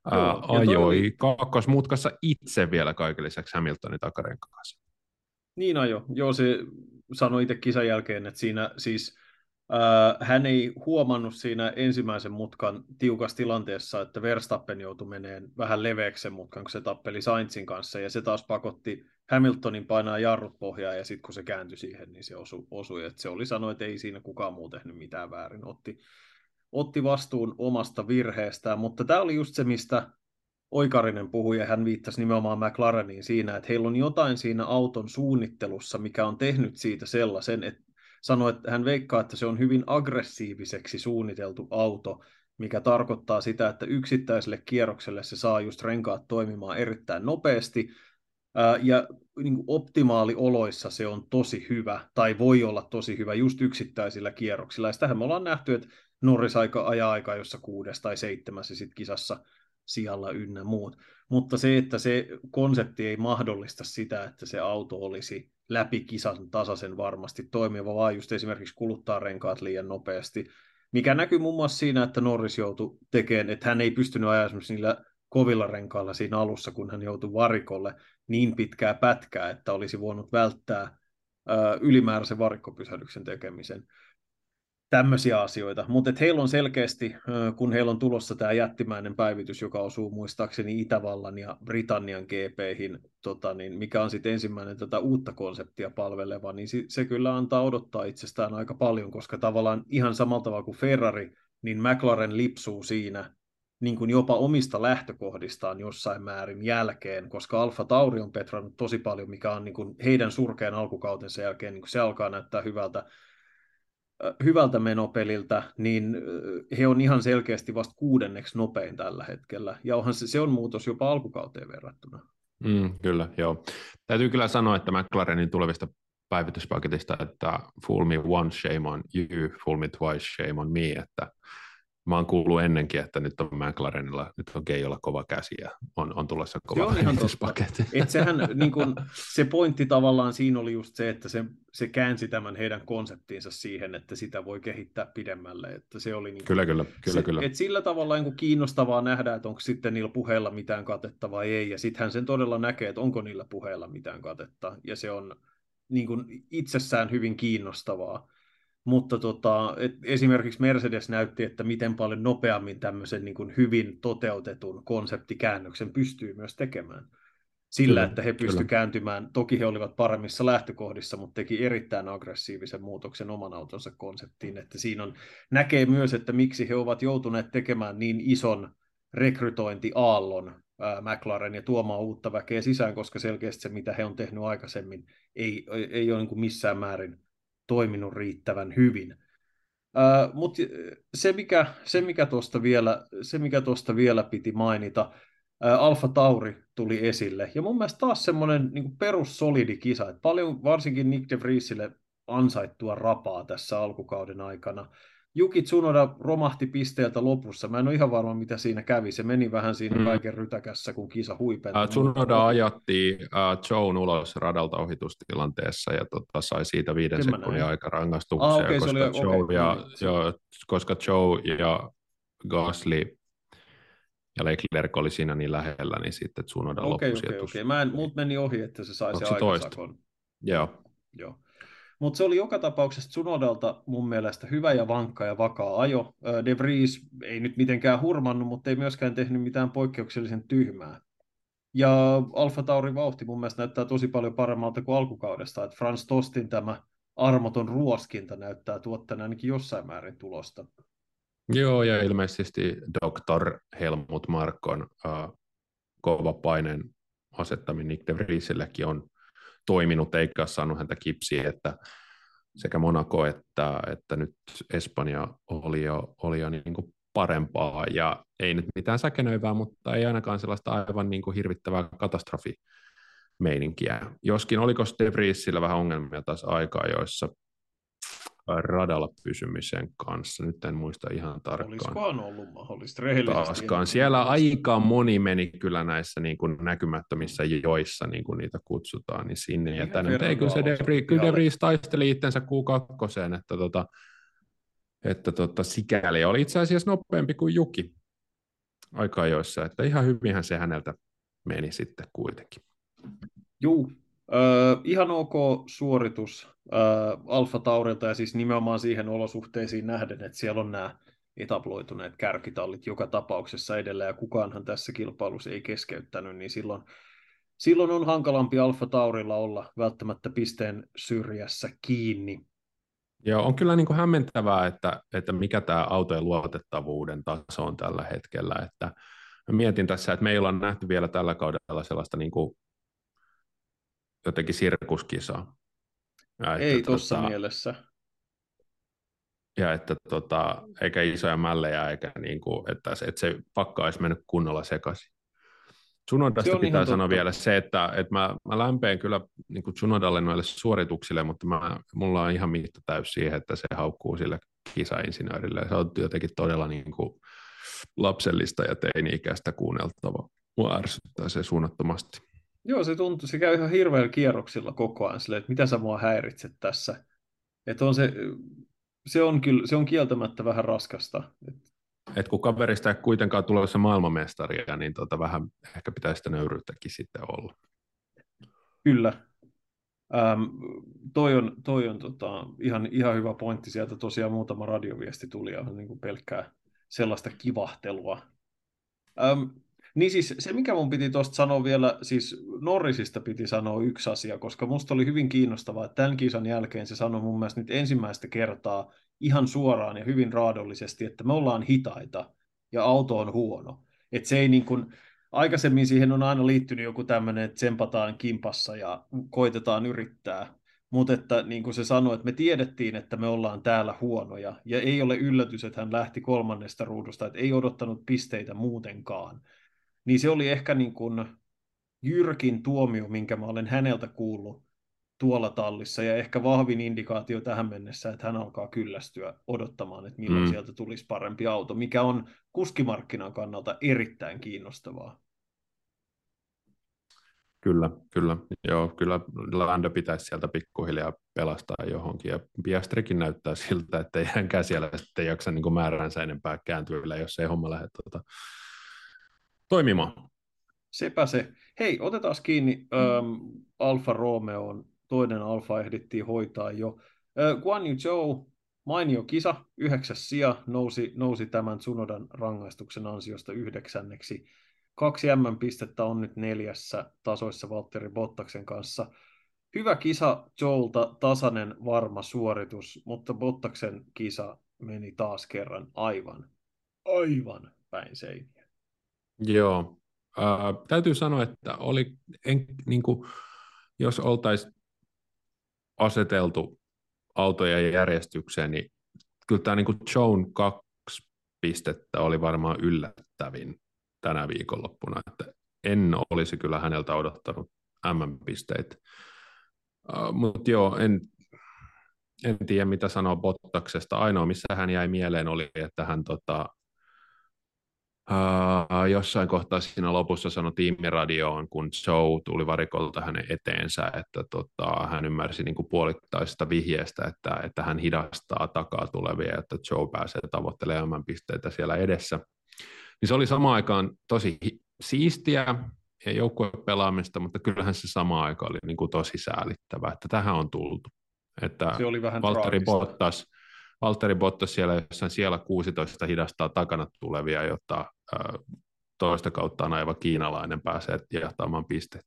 Ajoi kakkosmutkassa itse vielä kaiken lisäksi Hamiltonin takarenkaassa. Niin ajo. Joo, se sanoi itse kisan jälkeen, että siinä siis hän ei huomannut siinä ensimmäisen mutkan tiukassa tilanteessa, että Verstappen joutui meneen vähän leveäksi sen mutkan, kun se tappeli Sainzin kanssa, ja se taas pakotti Hamiltonin painaa jarrut pohjaan, ja sitten kun se kääntyi siihen, niin se osui. Että se oli sanonut, että ei siinä kukaan muu tehnyt mitään väärin. Otti vastuun omasta virheestään, mutta tämä oli just se, mistä Oikarinen puhui, ja hän viittasi nimenomaan McLareniin siinä, että heillä on jotain siinä auton suunnittelussa, mikä on tehnyt siitä sellaisen, että sanoi, että hän veikkaa, että se on hyvin aggressiiviseksi suunniteltu auto, mikä tarkoittaa sitä, että yksittäiselle kierrokselle se saa just renkaat toimimaan erittäin nopeasti, ja niin kuin optimaalioloissa se on tosi hyvä, tai voi olla tosi hyvä just yksittäisillä kierroksilla. Ja sitähän me ollaan nähty, että Norris ajaa aikaa jossa 6. tai 7. ja sitten kisassa sijalla ynnä muut. Mutta se, että se konsepti ei mahdollista sitä, että se auto olisi läpi kisan tasaisen varmasti toimiva, vaan just esimerkiksi kuluttaa renkaat liian nopeasti, mikä näkyy muun muassa siinä, että Norris joutui tekemään, että hän ei pystynyt ajaa esimerkiksi niillä kovilla renkailla siinä alussa, kun hän joutui varikolle niin pitkää pätkää, että olisi voinut välttää ylimääräisen varikkopysähdyksen tekemisen. Tämmöisiä asioita, mutta heillä on selkeästi, kun heillä on tulossa tämä jättimäinen päivitys, joka osuu muistaakseni Itävallan ja Britannian GP:ihin, mikä on sitten ensimmäinen tätä uutta konseptia palveleva, niin se kyllä antaa odottaa itsestään aika paljon, koska tavallaan ihan samalla tavalla kuin Ferrari, niin McLaren lipsuu siinä niin kuin jopa omista lähtökohdistaan jossain määrin jälkeen, koska Alfa Tauri on petrannut tosi paljon, mikä on niin kuin heidän surkean alkukautensa jälkeen, niin kuin se alkaa näyttää hyvältä menopeliltä, niin he on ihan selkeästi vasta 6. nopein tällä hetkellä, ja onhan se on muutos jopa alkukauteen verrattuna. Kyllä, joo. Täytyy kyllä sanoa, että McLarenin tulevista päivityspaketista, että fool me once, shame on you, fool me twice, shame on me, että Mä oon kuullut ennenkin, että nyt on McLarenilla, nyt on Keiolla kova käsi ja on tulossa Se kova on ihan totta. päivityspaketti. Että sehän, niin kun, se pointti tavallaan siinä oli just se, että se käänsi tämän heidän konseptinsa siihen, että sitä voi kehittää pidemmälle. Että se oli Kyllä. Että sillä tavalla niin kiinnostavaa nähdä, että onko sitten niillä puheilla mitään katetta vai ei. Ja sitten hän sen todella näkee, että onko niillä puheilla mitään katetta. Ja se on niin kun, itsessään hyvin kiinnostavaa. Mutta esimerkiksi Mercedes näytti, että miten paljon nopeammin tämmöisen niin kuin hyvin toteutetun konseptikäännöksen pystyy myös tekemään. Sillä, että he pystyivät kääntymään, toki he olivat paremmissa lähtökohdissa, mutta teki erittäin aggressiivisen muutoksen oman autonsa konseptiin. Että siinä näkee myös, että miksi he ovat joutuneet tekemään niin ison rekrytointiaallon McLaren ja tuomaan uutta väkeä sisään, koska selkeästi se, mitä he on tehnyt aikaisemmin, ei ole niin kuin missään määrin toiminut riittävän hyvin. Mutta se, mikä tuosta vielä piti mainita, Alfa Tauri tuli esille. Ja mun mielestä taas semmoinen niin perussolidi kisa, että paljon varsinkin Nick de Vriesille ansaittua rapaa tässä alkukauden aikana. Yuki Tsunoda romahti pisteeltä lopussa. Mä en ole ihan varma, mitä siinä kävi. Se meni vähän siinä kaiken rytäkässä, kun kisa huipentui. Tsunoda ajatti Joen ulos radalta ohitustilanteessa ja sai siitä 5 sekunnin aikarangaistuksia, koska Joe ja Gasly ja Leclerc oli siinä niin lähellä, niin sitten Tsunoda loppui. Okei. Muut meni ohi, että se sai se aikasakon. Joo. Mutta se oli joka tapauksessa Tsunodalta mun mielestä hyvä ja vankka ja vakaa ajo. De Vries ei nyt mitenkään hurmannut, mutta ei myöskään tehnyt mitään poikkeuksellisen tyhmää. Ja Alfa Taurin vauhti mun mielestä näyttää tosi paljon paremmalta kuin alkukaudesta. Että Franz Tostin tämä armoton ruoskinta näyttää tuottaneen ainakin jossain määrin tulosta. Joo, ja ilmeisesti Dr. Helmut Markon kova paineen asettaminen Nick de Vriesellekin on toiminut, eikä ole saanut häntä kipsiä, että sekä Monaco että nyt Espanja oli jo niin kuin parempaa, ja ei nyt mitään säkenöivää, mutta ei ainakaan sellaista aivan niin kuin hirvittävää katastrofimeininkiä. Joskin oliko de Vriesillä vähän ongelmia taas aikaa, joissa radalla pysymisen kanssa, nyt en muista ihan tarkkaan. Olisikohan ollut mahdollista rehellisesti? Taaskaan. Siellä aika moni meni kyllä näissä niin kuin näkymättömissä joissa, niin kuin niitä kutsutaan, niin sinne ja tänne. Ei, kyllä de Vries taisteli itsensä Q2, että sikäli oli itse asiassa nopeampi kuin Juki aika ajoissa, että ihan hyvinhän se häneltä meni sitten kuitenkin. Juu. Ihan ok suoritus Alfa Taurilta ja siis nimenomaan siihen olosuhteisiin nähden, että siellä on nämä etabloituneet kärkitallit joka tapauksessa edelleen ja kukaanhan tässä kilpailussa ei keskeyttänyt, niin silloin on hankalampi Alfa Taurilla olla välttämättä pisteen syrjässä kiinni. Joo, on kyllä niin kuin hämmentävää, että mikä tämä autojen luotettavuuden taso on tällä hetkellä, että mietin tässä, että meillä on nähty vielä tällä kaudella sellaista niin kuin jotenkin sirkuskisaa. Ei tuossa mielessä. Ja että eikä isoja mällejä, eikä niin kuin, että se pakka olisi mennyt kunnolla sekaisin. Tsunodasta pitää sanoa vielä se, että mä lämpeen kyllä niin kuin Tsunodalle noille suorituksille, mutta mulla on ihan mitta täys siihen, että se haukkuu sille kisainsinöörille. Se on jotenkin todella niin kuin lapsellista ja teini-ikäistä kuunneltavaa. Mua ärsyttää se suunnattomasti. Joo, se käy ihan hirveällä kierroksilla koko ajan silleen, että mitä sä mua häiritset tässä. Että se on kieltämättä vähän raskasta. Et kun kaverista ei kuitenkaan tulossa maailmanmestaria, niin vähän ehkä pitäisi sitä nöyryyttäkin sitten olla. Kyllä. Toi on ihan hyvä pointti. Sieltä tosiaan muutama radioviesti tuli ja niin kuin pelkkää sellaista kivahtelua. Niin siis se, mikä mun piti tuosta sanoa vielä, siis Norrisista piti sanoa yksi asia, koska musta oli hyvin kiinnostavaa, että tämän kisan jälkeen se sanoi mun mielestä nyt ensimmäistä kertaa ihan suoraan ja hyvin raadollisesti, että me ollaan hitaita ja auto on huono. Että se ei niin kuin, aikaisemmin siihen on aina liittynyt joku tämmöinen, että tsempataan kimpassa ja koitetaan yrittää, mutta että niin kuin se sanoi, että me tiedettiin, että me ollaan täällä huonoja ja ei ole yllätys, että hän lähti 3. ruudusta, että ei odottanut pisteitä muutenkaan. Niin se oli ehkä niin kuin jyrkin tuomio, minkä mä olen häneltä kuullut tuolla tallissa, ja ehkä vahvin indikaatio tähän mennessä, että hän alkaa kyllästyä odottamaan, että milloin sieltä tulisi parempi auto, mikä on kuskimarkkinan kannalta erittäin kiinnostavaa. Kyllä, kyllä. Joo, kyllä Lando pitäisi sieltä pikkuhiljaa pelastaa johonkin, ja Piastrikin näyttää siltä, että ei hänkään siellä sitten jaksa niin määränsä enempää kääntyillä, jos ei homma lähde toimimaan. Sepä se. Hei, otetaan kiinni Alfa Romeoon. Toinen Alfa ehdittiin hoitaa jo. Guan Yu Zhou, mainio kisa, 9. sija, nousi tämän Tsunodan rangaistuksen ansiosta 9. 2 M-pistettä on nyt 4. tasoissa Valtteri Bottaksen kanssa. Hyvä kisa Zhoulta, tasainen varma suoritus, mutta Bottaksen kisa meni taas kerran aivan päin seiniä. Joo, täytyy sanoa, että jos oltaisiin aseteltu autoja järjestykseen, niin kyllä tämä niin Zhoun 2 pistettä oli varmaan yllättävin tänä viikonloppuna, että en olisi kyllä häneltä odottanut M-pisteitä. Mutta joo, en tiedä mitä sanoa Bottaksesta. Ainoa, missä hän jäi mieleen, oli, että hän jossain kohtaa siinä lopussa sanoi tiimiradioon, kun Zhou tuli varikolta hänen eteensä, että hän ymmärsi niin kuin puolittaisesta vihjeestä, että hän hidastaa takaa tulevia, että Zhou pääsee tavoittelemaan pisteitä siellä edessä. Niin se oli samaan aikaan tosi siistiä ja joukkuepelaamista, mutta kyllähän se samaan aikaan oli niin kuin tosi säälittävää, että tähän on tultu. Että se oli vähän Valtteri Bottas siellä 16 hidastaa takana tulevia, jotta toista kauttaan aivan kiinalainen pääsee jahtaamaan pisteet.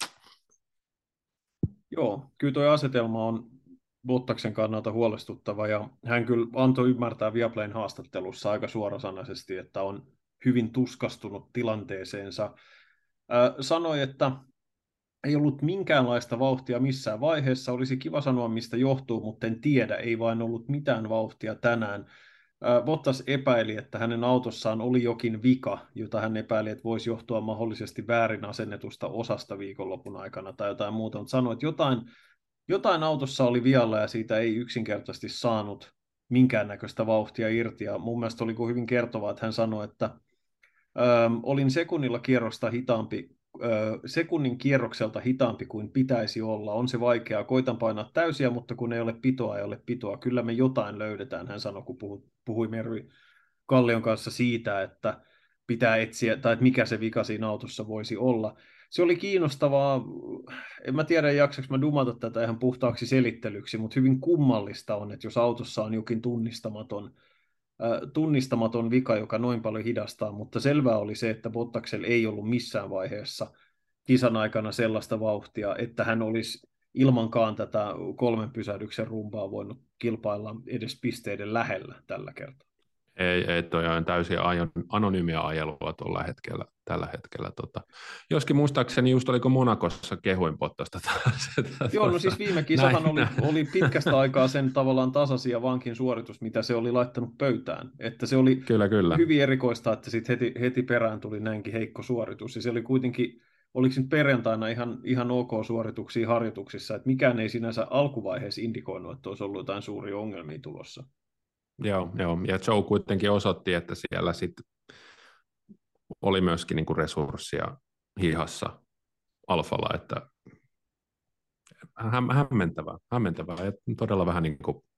Joo, kyllä tuo asetelma on Bottaksen kannalta huolestuttava, ja hän kyllä antoi ymmärtää Viaplayn haastattelussa aika suorasanaisesti, että on hyvin tuskastunut tilanteeseensa. Sanoi, että ei ollut minkäänlaista vauhtia missään vaiheessa. Olisi kiva sanoa, mistä johtuu, mutta en tiedä. Ei vain ollut mitään vauhtia tänään. Bottas epäili, että hänen autossaan oli jokin vika, jota hän epäili, että voisi johtua mahdollisesti väärin asennetusta osasta viikonlopun aikana tai jotain muuta. Mutta sanoi, että jotain autossa oli vialla ja siitä ei yksinkertaisesti saanut minkäännäköistä vauhtia irti. Ja mun mielestä oli hyvin kertovaa, että hän sanoi, että olin sekunnilla kierrosta hitaampi, sekunnin kierrokselta hitaampi kuin pitäisi olla. On se vaikeaa. Koitan painaa täysiä, mutta kun ei ole pitoa. Kyllä me jotain löydetään, hän sanoi, kun puhui Mervi Kallion kanssa siitä, että pitää etsiä, tai että mikä se vika siinä autossa voisi olla. Se oli kiinnostavaa. En mä tiedä, jaksaks mä dumata tätä ihan puhtaaksi selittelyksi, mutta hyvin kummallista on, että jos autossa on jokin tunnistamaton vika, joka noin paljon hidastaa, mutta selvää oli se, että Bottaksella ei ollut missään vaiheessa kisan aikana sellaista vauhtia, että hän olisi ilmankaan tätä 3 pysähdyksen rumbaa voinut kilpailla edes pisteiden lähellä tällä kertaa. Ei toi on täysin anonyymiä ajelua tällä hetkellä. Joskin muistaakseni just oliko Monakossa kehuin Bottasta. Joo, no siis viime kisahan oli pitkästä aikaa sen tavallaan tasasi ja vankin suoritus, mitä se oli laittanut pöytään. Että se oli kyllä hyvin erikoista, että sitten heti perään tuli näinkin heikko suoritus. Ja se oli kuitenkin, oliko nyt perjantaina ihan ok suorituksia harjoituksissa, että mikään ei sinänsä alkuvaiheessa indikoinut, että olisi ollut jotain suuria ongelmia tulossa. Joo, ja Joe kuitenkin osoitti, että siellä sitten oli myöskin niinku resurssia hihassa Alfalla, että hämmentävää ja todella vähän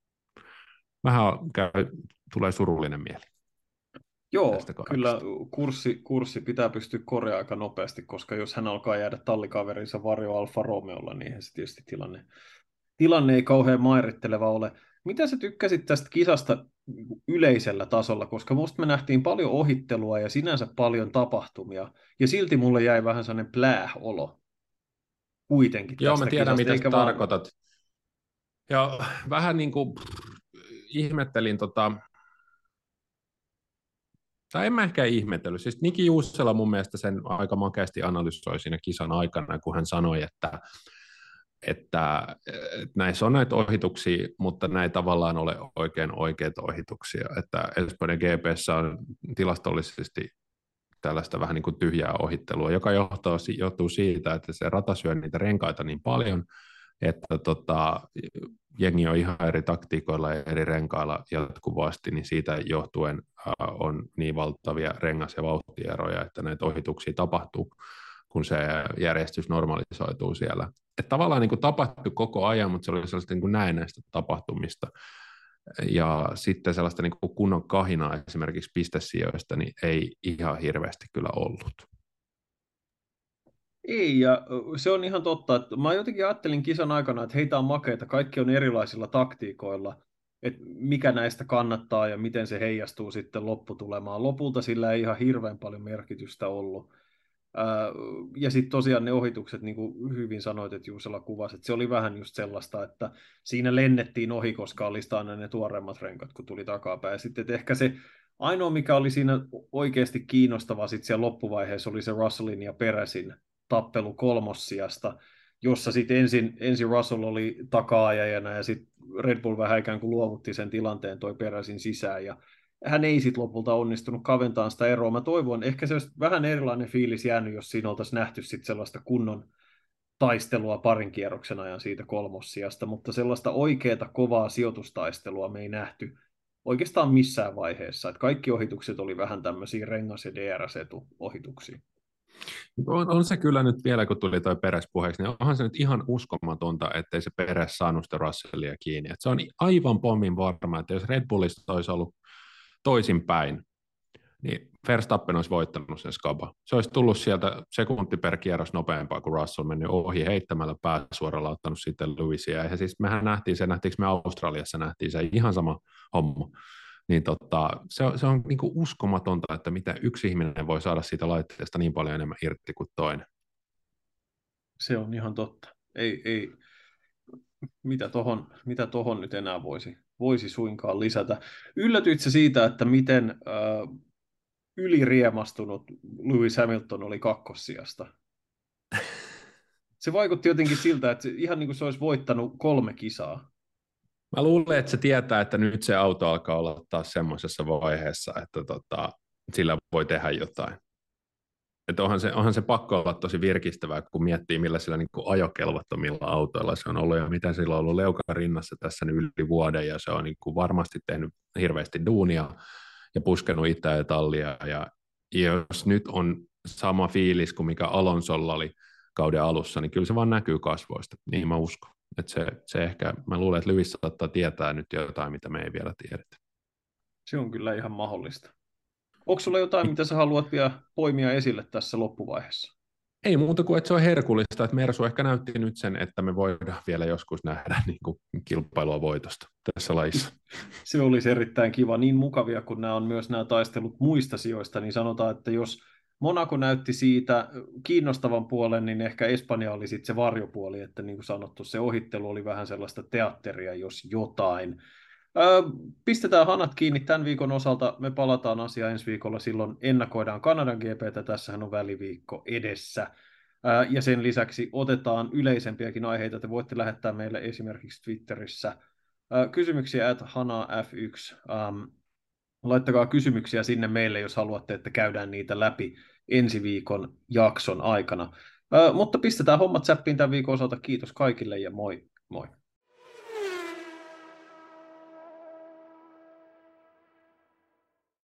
tulee surullinen mieli. Joo, kyllä kurssi pitää pystyä korjaamaan aika nopeasti, koska jos hän alkaa jäädä tallikaverinsa varjo Alfa Romeolla, niin se tietysti tilanne ei kauhean mairitteleva ole. Mitä sä tykkäsit tästä kisasta yleisellä tasolla, koska musta me nähtiin paljon ohittelua ja sinänsä paljon tapahtumia, ja silti mulle jäi vähän sellainen plää-olo kuitenkin tästä. Joo, mä tiedän, kisasta, mitä tarkoitat. Ja vähän niin kuin ihmettelin tai en mä ehkä ihmetellyt. Siis Niki Juussela mun mielestä sen aika makeasti analysoi siinä kisan aikana, kun hän sanoi, että näissä on näitä ohituksia, mutta näitä tavallaan ole oikeita ohituksia. Että Espanjan GP:ssä on tilastollisesti tällaista vähän niin kuin tyhjää ohittelua, joka johtuu siitä, että se rata syö niitä renkaita niin paljon, että jengi on ihan eri taktiikoilla ja eri renkailla jatkuvasti, niin siitä johtuen on niin valtavia rengas- ja vauhtieroja, että näitä ohituksia tapahtuu, kun se järjestys normalisoituu siellä. Että tavallaan niin kuin tapahtui koko ajan, mutta se oli sellaista niin kuin näennäistä tapahtumista. Ja sitten sellaista niin kuin kunnon kahinaa esimerkiksi pistesijoista niin ei ihan hirveästi kyllä ollut. Ei, ja se on ihan totta, että mä jotenkin ajattelin kisan aikana, että heitä on makeita, kaikki on erilaisilla taktiikoilla, että mikä näistä kannattaa ja miten se heijastuu sitten lopputulemaan. Lopulta sillä ei ihan hirveän paljon merkitystä ollut. Ja sitten tosiaan ne ohitukset, niin kuin hyvin sanoit, että Juusela kuvasi, että se oli vähän just sellaista, että siinä lennettiin ohi, koska oli aina ne tuoreimmat renkat, kun tuli takapäin. Ja sitten ehkä se ainoa, mikä oli siinä oikeasti kiinnostavaa sitten siellä loppuvaiheessa, oli se Russellin ja Peresin tappelu kolmossijasta, jossa sitten ensin Russell oli taka-ajajana ja sitten Red Bull vähän ikään kuin luovutti sen tilanteen, toi Peresin sisään ja hän ei sitten lopulta onnistunut kaventamaan sitä eroa. Mä toivon, ehkä se olisi vähän erilainen fiilis jäänyt, jos siinä oltaisiin nähty sitten sellaista kunnon taistelua parin kierroksen ajan siitä kolmossijasta, mutta sellaista oikeaa kovaa sijoitustaistelua me ei nähty oikeastaan missään vaiheessa. Että kaikki ohitukset oli vähän tämmöisiä rengas- ja DRS-etu-ohituksia. On se kyllä nyt vielä, kun tuli toi Peres puheeksi, niin onhan se nyt ihan uskomatonta, ettei se Peres saanut sitä Russellia kiinni. Et se on aivan pommin varma, että jos Red Bullista olisi ollut toisinpäin, niin Verstappen olisi voittanut sen skaba. Se olisi tullut sieltä sekunti per kierros nopeampaa kuin Russell, mennyt ohi heittämällä pääsuoralla, ottanut sitten Lewisia. Ja siis mehän nähtiinkö me Australiassa nähtiin se ihan sama homma. Niin se on niin kuin uskomatonta, että miten yksi ihminen voi saada siitä laitteesta niin paljon enemmän irti kuin toinen. Se on ihan totta. Ei, mitä tohon nyt enää voisi suinkaan lisätä. Yllätyit se siitä, että miten yliriemastunut Lewis Hamilton oli kakkossijasta? Se vaikutti jotenkin siltä, että ihan niin kuin se olisi voittanut 3 kisaa. Mä luulen, että se tietää, että nyt se auto alkaa olla taas semmoisessa vaiheessa, että sillä voi tehdä jotain. Että onhan se pakko olla tosi virkistävää, kun miettii, millä sillä niin kuin ajokelvottomilla autoilla se on ollut ja mitä sillä on ollut leuka rinnassa tässä yli vuoden ja se on niin kuin varmasti tehnyt hirveästi duunia ja puskenut itseään ja tallia. Ja jos nyt on sama fiilis kuin mikä Alonsolla oli kauden alussa, niin kyllä se vaan näkyy kasvoista, niin mä uskon. Että se ehkä, mä luulen, että Lewis saattaa tietää nyt jotain, mitä me ei vielä tiedetä. Se on kyllä ihan mahdollista. Onko sulla jotain, mitä sä haluat vielä poimia esille tässä loppuvaiheessa? Ei muuta kuin, että se on herkullista, että Mersu ehkä näytti nyt sen, että me voidaan vielä joskus nähdä niin kuin kilpailua voitosta tässä lajissa. Se olisi erittäin kiva. Niin mukavia, kun nämä on myös nämä taistelut muista sijoista, niin sanotaan, että jos Monaco näytti siitä kiinnostavan puolen, niin ehkä Espanja oli sitten se varjopuoli, että niin kuin sanottu, se ohittelu oli vähän sellaista teatteria, jos jotain. Pistetään hanat kiinni tämän viikon osalta. Me palataan asiaan ensi viikolla. Silloin ennakoidaan Kanadan GP:tä. Tässähän on väliviikko edessä. Ja sen lisäksi otetaan yleisempiäkin aiheita. Te voitte lähettää meille esimerkiksi Twitterissä kysymyksiä @hanaf1. Laittakaa kysymyksiä sinne meille, jos haluatte, että käydään niitä läpi ensi viikon jakson aikana. Mutta pistetään hommat säppiin tämän viikon osalta. Kiitos kaikille ja moi moi.